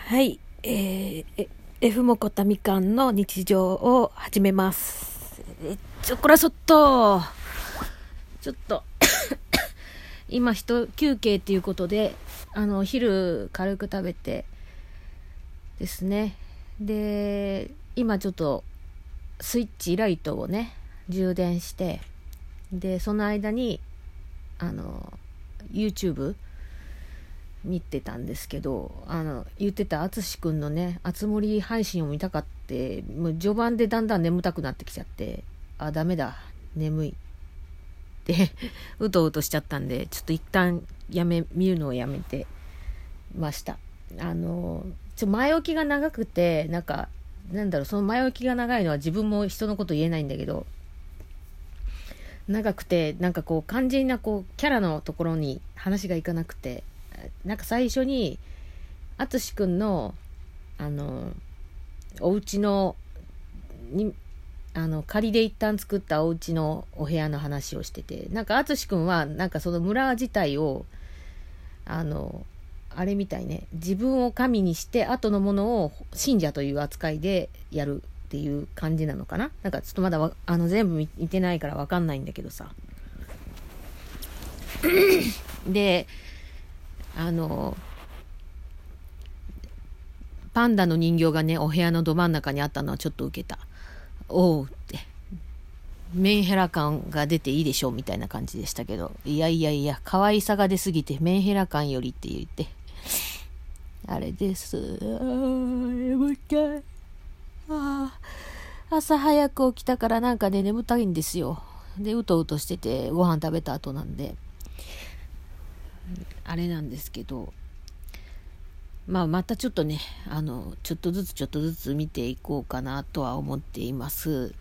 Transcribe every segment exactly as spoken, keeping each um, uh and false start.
はい、えー、え F もこたみかんの日常を始めます。えちょこらそっとちょっと今一休憩っていうことで、あの昼軽く食べてですね。で今ちょっとスイッチライトをね充電して、でその間にあの YouTube見てたんですけど、あの言ってたあつしくんのねあつ森配信を見たかって、もう序盤でだんだん眠たくなってきちゃって、あダメだ眠いってうとうとしちゃったんで、ちょっと一旦やめ見るのをやめてました。あのちょ前置きが長くて、なんかなんだろう、その前置きが長いのは自分も人のこと言えないんだけど、長くてなんかこう肝心なこうキャラのところに話がいかなくて、なんか最初にあつしくんのあのお家のにあの仮で一旦作ったお家のお部屋の話をしてて、なんかあつしくんはなんかその村自体をあのあれみたいね、自分を神にして後のものを信者という扱いでやるっていう感じなのかな。なんかちょっとまだあの全部見てないから分かんないんだけどさであのパンダの人形がねお部屋のど真ん中にあったのはちょっとウケた。おうってメンヘラ感が出ていいでしょうみたいな感じでしたけど、いやいやいや可愛さが出すぎてメンヘラ感よりって言ってあれです。眠たい。あ朝早く起きたからなんかね眠たいんですよ。でうとうとしててご飯食べた後なんであれなんですけど、まあまたちょっとねあのちょっとずつちょっとずつ見ていこうかなとは思っています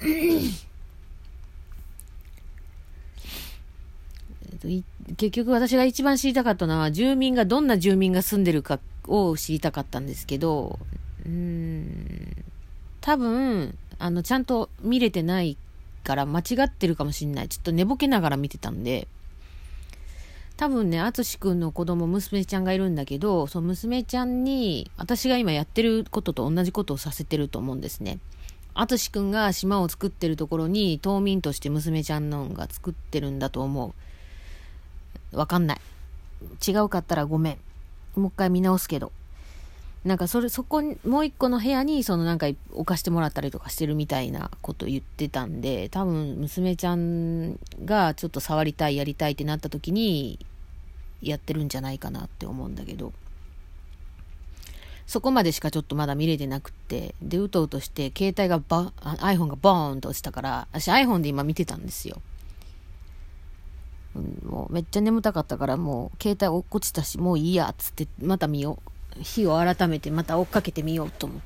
結局私が一番知りたかったのは住民がどんな住民が住んでるかを知りたかったんですけど、うーん多分あのちゃんと見れてないから間違ってるかもしれない。ちょっと寝ぼけながら見てたんで、多分ね、あつしくんの子供、娘ちゃんがいるんだけど、その娘ちゃんに、私が今やってることと同じことをさせてると思うんですね。あつしくんが島を作ってるところに、島民として娘ちゃんのが作ってるんだと思う。わかんない。違うかったらごめん。もう一回見直すけど。なんかそれ、そこに、もう一個の部屋に、そのなんか置かしてもらったりとかしてるみたいなこと言ってたんで、多分娘ちゃんがちょっと触りたい、やりたいってなった時に、やってるんじゃないかなって思うんだけど、そこまでしかちょっとまだ見れてなくって、で、うとうとして、携帯がバ、iPhone がボーンと落ちたから、私 iPhone で今見てたんですよ。うん、もうめっちゃ眠たかったから、もう携帯落ちたし、もういいや、っつって、また見よう。日を改めてまた追っかけてみようと思って。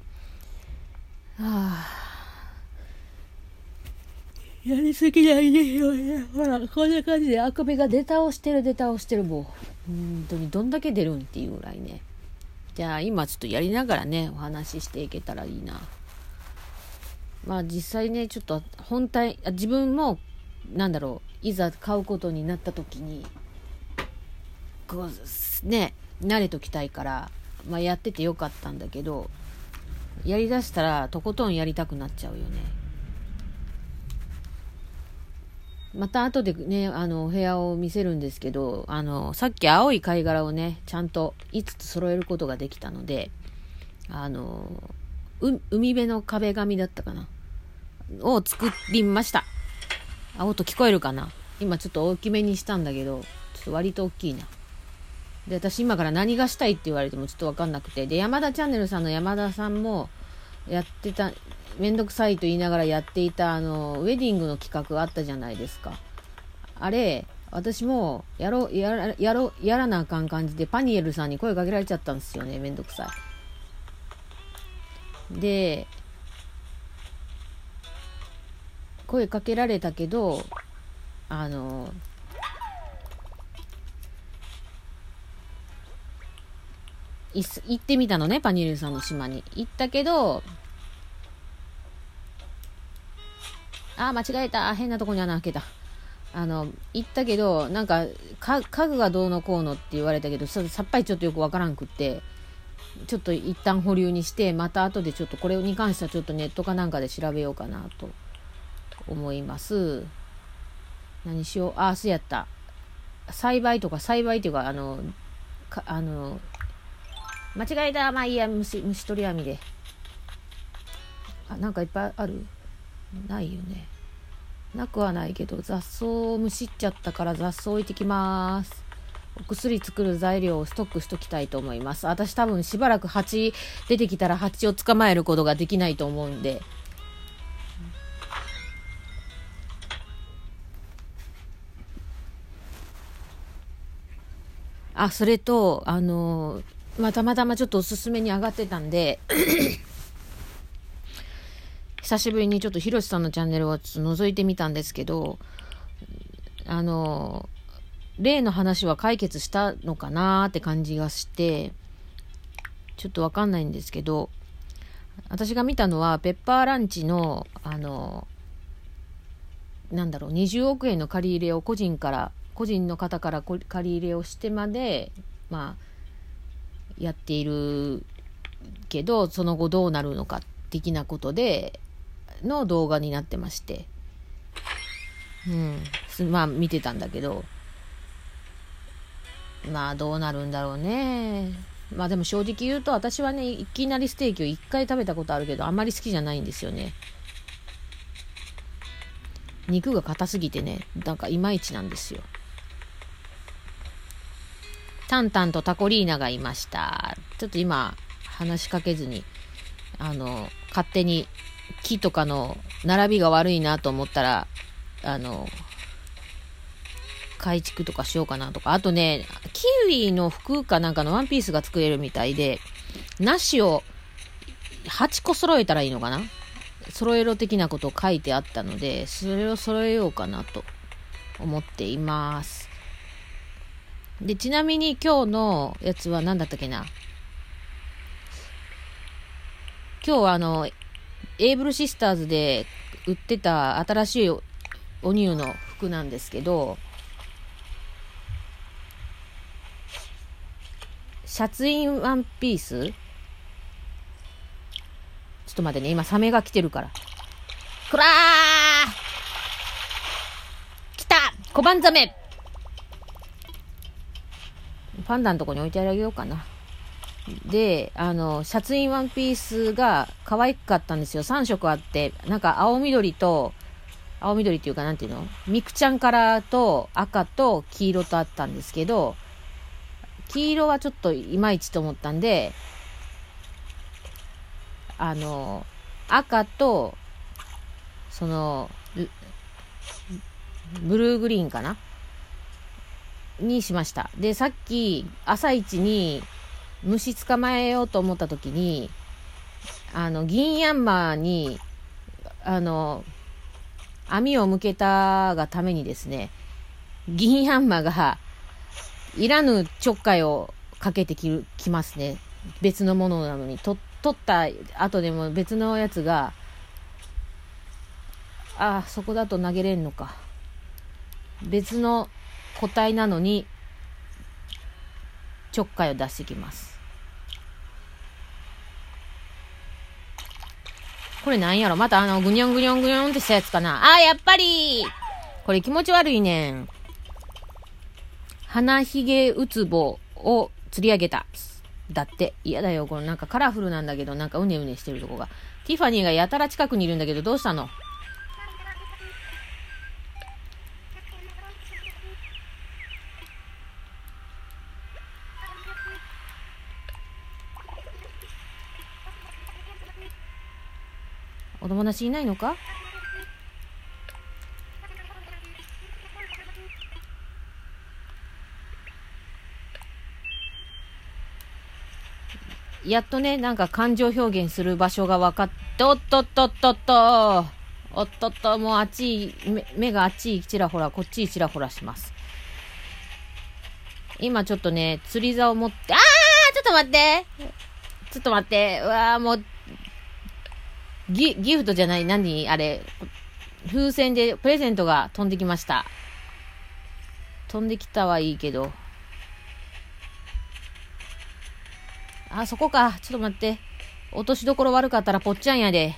はぁ。やりすぎないでよね。ほら、こんな感じであくびが出倒してる出倒してるもう。本当にどんだけ出るんっていうぐらいね。じゃあ今ちょっとやりながらね、お話ししていけたらいいな。まあ実際ね、ちょっと本体、自分も、なんだろう、いざ買うことになった時に、こう、ね、慣れときたいから、まあやっててよかったんだけど、やりだしたらとことんやりたくなっちゃうよね。また後でね、あの、お部屋を見せるんですけど、あの、さっき青い貝殻をね、ちゃんといつつ揃えることができたので、あの、う海辺の壁紙だったかなを作りました。あ、音聞こえるかな。今ちょっと大きめにしたんだけど、ちょっと割と大きいな。で、私今から何がしたいって言われてもちょっとわかんなくて、で、山田チャンネルさんの山田さんもやってた、めんどくさいと言いながらやっていたあのウェディングの企画あったじゃないですか。あれ私もやろうやらやろうやらなあかん感じでパニエルさんに声かけられちゃったんですよね。めんどくさいで声かけられたけど、あのい行ってみたのね、パニエルさんの島に行ったけど、あー間違えた、変なとこに穴開けた。あの行ったけど、なんか家具がどうのこうのって言われたけど、さっぱりちょっとよくわからんくって、 ちょっと一旦保留にして、また後でちょっとこれに関してはちょっとネットかなんかで調べようかなと思います。何しよう。あ、そうやった。栽培とか、栽培っていうか、あの、かあの、間違えた。まあいいや、虫、虫取り網で。あ、なんかいっぱいある？ないよね。なくはないけど、雑草をむしっちゃったから雑草置いてきます。お薬作る材料をストックしときたいと思います。私多分しばらく蜂出てきたら蜂を捕まえることができないと思うんで。あ、それと、あの、まあ、たまたまちょっとおすすめに上がってたんで、久しぶりにちょっとひろしさんのチャンネルをちょっと覗いてみたんですけど、あの、例の話は解決したのかなーって感じがして、ちょっとわかんないんですけど、私が見たのはペッパーランチの、あの、なんだろう、にじゅうおくえんの借り入れを個人から、個人の方から借り入れをしてまで、まあ、やっているけど、その後どうなるのか的なことでの動画になってまして、うん、まあ見てたんだけど、まあどうなるんだろうね。まあでも正直言うと、私はね、いきなりステーキをいっかい食べたことあるけど、あんまり好きじゃないんですよね。肉が硬すぎてね、なんかいまいちなんですよ。タンタンとタコリーナがいました。ちょっと今話しかけずに、あの勝手に木とかの並びが悪いなと思ったら、あの改築とかしようかなとか。あとね、キウイの服かなんかのワンピースが作れるみたいで、梨をはちこ揃えたらいいのかな、揃えろ的なことを書いてあったので、それを揃えようかなと思っています。で、ちなみに今日のやつは何だったっけな。今日はあのエイブルシスターズで売ってた新しいお乳の服なんですけど、シャツインワンピース、ちょっと待ってね、今サメが来てるから。こらー来た小判ザメ。パンダのとこに置いてあげようかな。で、あのシャツインワンピースが可愛かったんですよ。さんしょくあって、なんか青緑と青緑っていうか、なんていうの、ミクちゃんカラーと赤と黄色とあったんですけど、黄色はちょっといまいちと思ったんで、あの赤とそのブルーグリーンかなにしました。で、さっき朝一に虫捕まえようと思った時に、あの銀ヤンマーにあの網を向けたがためにですね、銀ヤンマーがいらぬちょっかいをかけてきるきますね。別のものなのに、と取った後でも別のやつが、ああ、そこだと投げれんのか。別の個体なのにちょっかいを出してきます。これなんやろ、またあのぐにょんぐにょんぐにょんってしたやつかな。あー、やっぱりこれ気持ち悪いねん。花ひげウツボを釣り上げただって。嫌だよ、これなんかカラフルなんだけど、なんかうねうねしてるとこが。ティファニーがやたら近くにいるんだけど、どうしたの？お友達いないのか？やっとね、なんか感情表現する場所が分かって、おっとっとっとっと、おっとっと、もうあっち、目目があっちちらほら、こっちちらほらします。今ちょっとね、釣り竿を持って、あー、ちょっと待って、ちょっと待って、うわー、もう、ギ、ギフトじゃない、何あれ、風船でプレゼントが飛んできました。飛んできたはいいけど、 あ、そこか。ちょっと待って。落としどころ悪かったらぽっちゃんやで。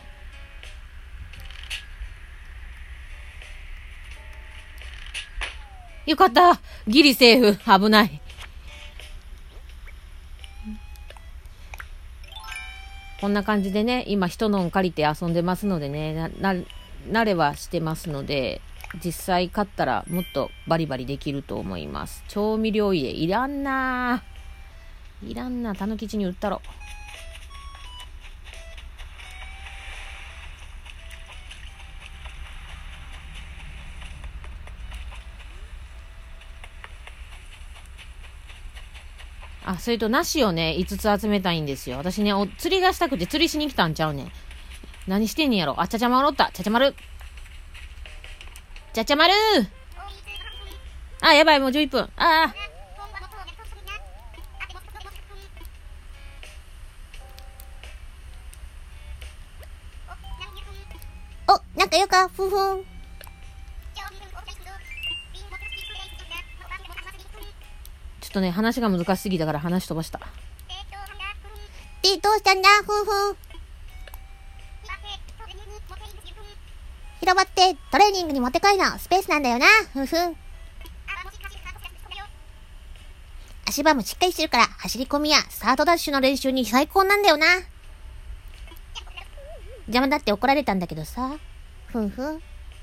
よかった。ギリセーフ。危ない。こんな感じでね、今人のを借りて遊んでますのでね、な、な、慣れはしてますので、実際買ったらもっとバリバリできると思います。調味料入れいらんなー。いらんな、たぬきちに売ったろ。あ、それと梨をね、いつつ集めたいんですよ。私ね、お釣りがしたくて釣りしに来たんちゃうねん。何してんねやろ。あ、ちゃちゃまるおった。ちゃちゃまる。ちゃちゃまるー。あ、やばい、もうじゅういっぷん。ああ。 お、仲良か、ふふん。 ちょっとね、話が難しすぎたから話飛ばした。 で、どうしたんだ、ふふん。広場ってトレーニングにもってこいのスペースなんだよな、ふふん。足場もしっかりしてるから走り込みやスタートダッシュの練習に最高なんだよな。邪魔だって怒られたんだけどさ、ふんふん。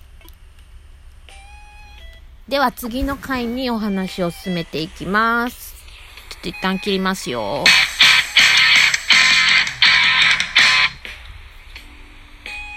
では次の回にお話を進めていきます。ちょっと一旦切りますよ。